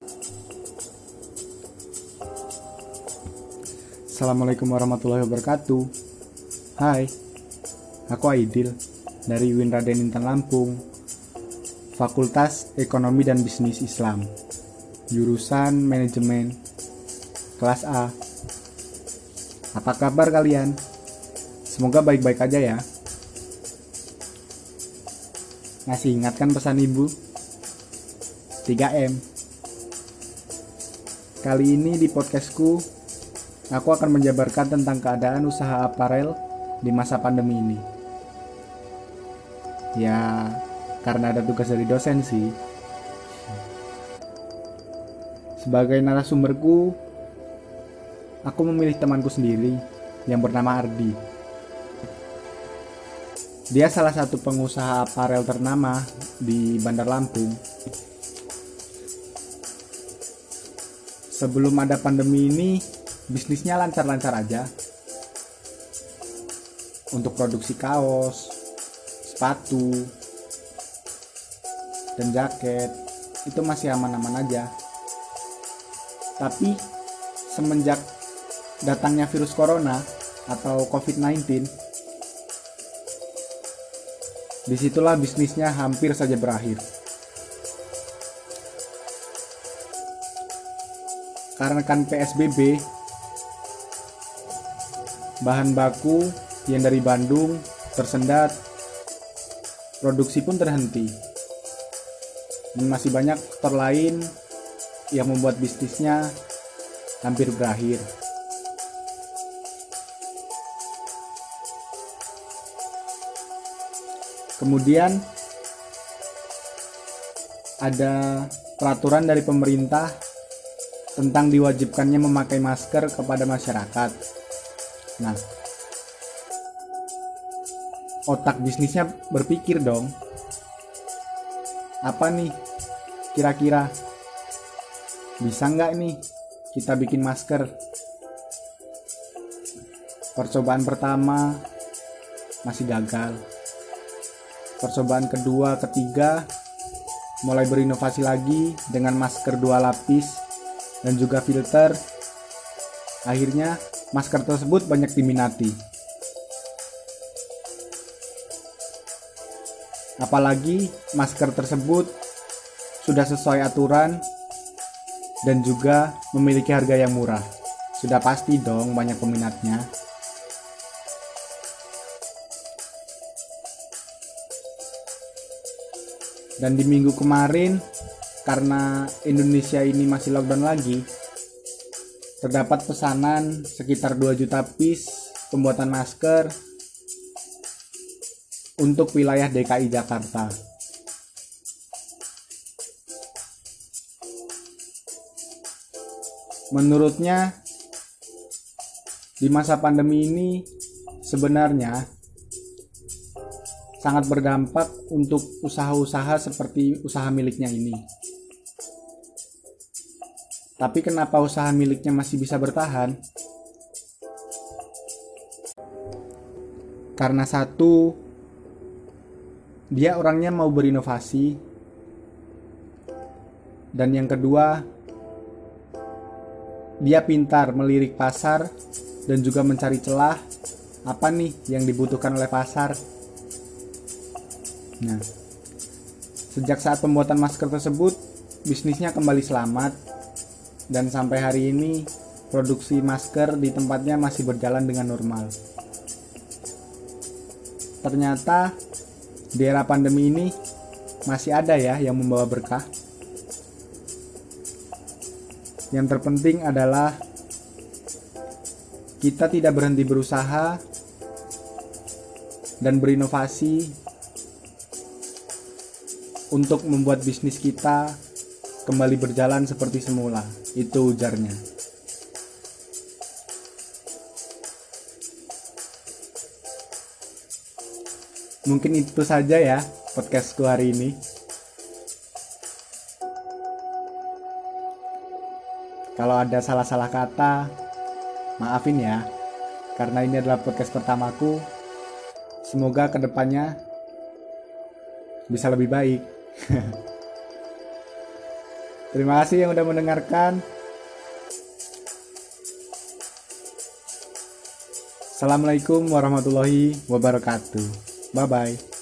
Assalamualaikum warahmatullahi wabarakatuh. Hai, aku Aidil dari UIN Raden Intan Lampung, Fakultas Ekonomi dan Bisnis Islam, jurusan Manajemen, kelas A. Apa kabar kalian? Semoga baik-baik aja ya. Masih ingat kan pesan ibu? 3M. Kali ini di podcastku, aku akan menjabarkan tentang keadaan usaha aparel di masa pandemi ini. Ya, karena ada tugas dari dosen sih. Sebagai narasumberku, aku memilih temanku sendiri yang bernama Ardi. Dia salah satu pengusaha aparel ternama di Bandar Lampung. Sebelum ada pandemi ini, bisnisnya lancar-lancar aja. Untuk produksi kaos, sepatu, dan jaket itu masih aman-aman aja. Tapi semenjak datangnya virus corona atau COVID-19, disitulah bisnisnya hampir saja berakhir. Karena kan PSBB, bahan baku yang dari Bandung tersendat, produksi pun terhenti, dan masih banyak faktor lain yang membuat bisnisnya hampir berakhir. Kemudian ada peraturan dari pemerintah tentang diwajibkannya memakai masker kepada masyarakat. Nah, otak bisnisnya berpikir dong, apa nih kira-kira bisa nggak nih kita bikin masker? Percobaan pertama masih gagal. Percobaan kedua, ketiga mulai berinovasi lagi dengan masker 2 lapis dan juga filter. Akhirnya masker tersebut banyak diminati. Apalagi masker tersebut sudah sesuai aturan dan juga memiliki harga yang murah. Sudah pasti dong banyak peminatnya. Dan di minggu kemarin, karena Indonesia ini masih lockdown lagi, terdapat pesanan sekitar 2 juta piece pembuatan masker untuk wilayah DKI Jakarta. Menurutnya, di masa pandemi ini sebenarnya sangat berdampak untuk usaha-usaha seperti usaha miliknya ini. Tapi kenapa usaha miliknya masih bisa bertahan? Karena satu, dia orangnya mau berinovasi. Dan yang kedua, dia pintar melirik pasar dan juga mencari celah apa nih yang dibutuhkan oleh pasar. Nah, sejak saat pembuatan masker tersebut, bisnisnya kembali selamat. Dan sampai hari ini, produksi masker di tempatnya masih berjalan dengan normal. Ternyata, di era pandemi ini, masih ada ya yang membawa berkah. Yang terpenting adalah kita tidak berhenti berusaha dan berinovasi untuk membuat bisnis kita kembali berjalan seperti semula. Itu ujarnya. Mungkin itu saja ya podcastku hari ini. Kalau ada salah-salah kata, maafin ya. Karena ini adalah podcast pertamaku. Semoga kedepannya bisa lebih baik. Terima kasih yang udah mendengarkan. Assalamualaikum warahmatullahi wabarakatuh. Bye bye.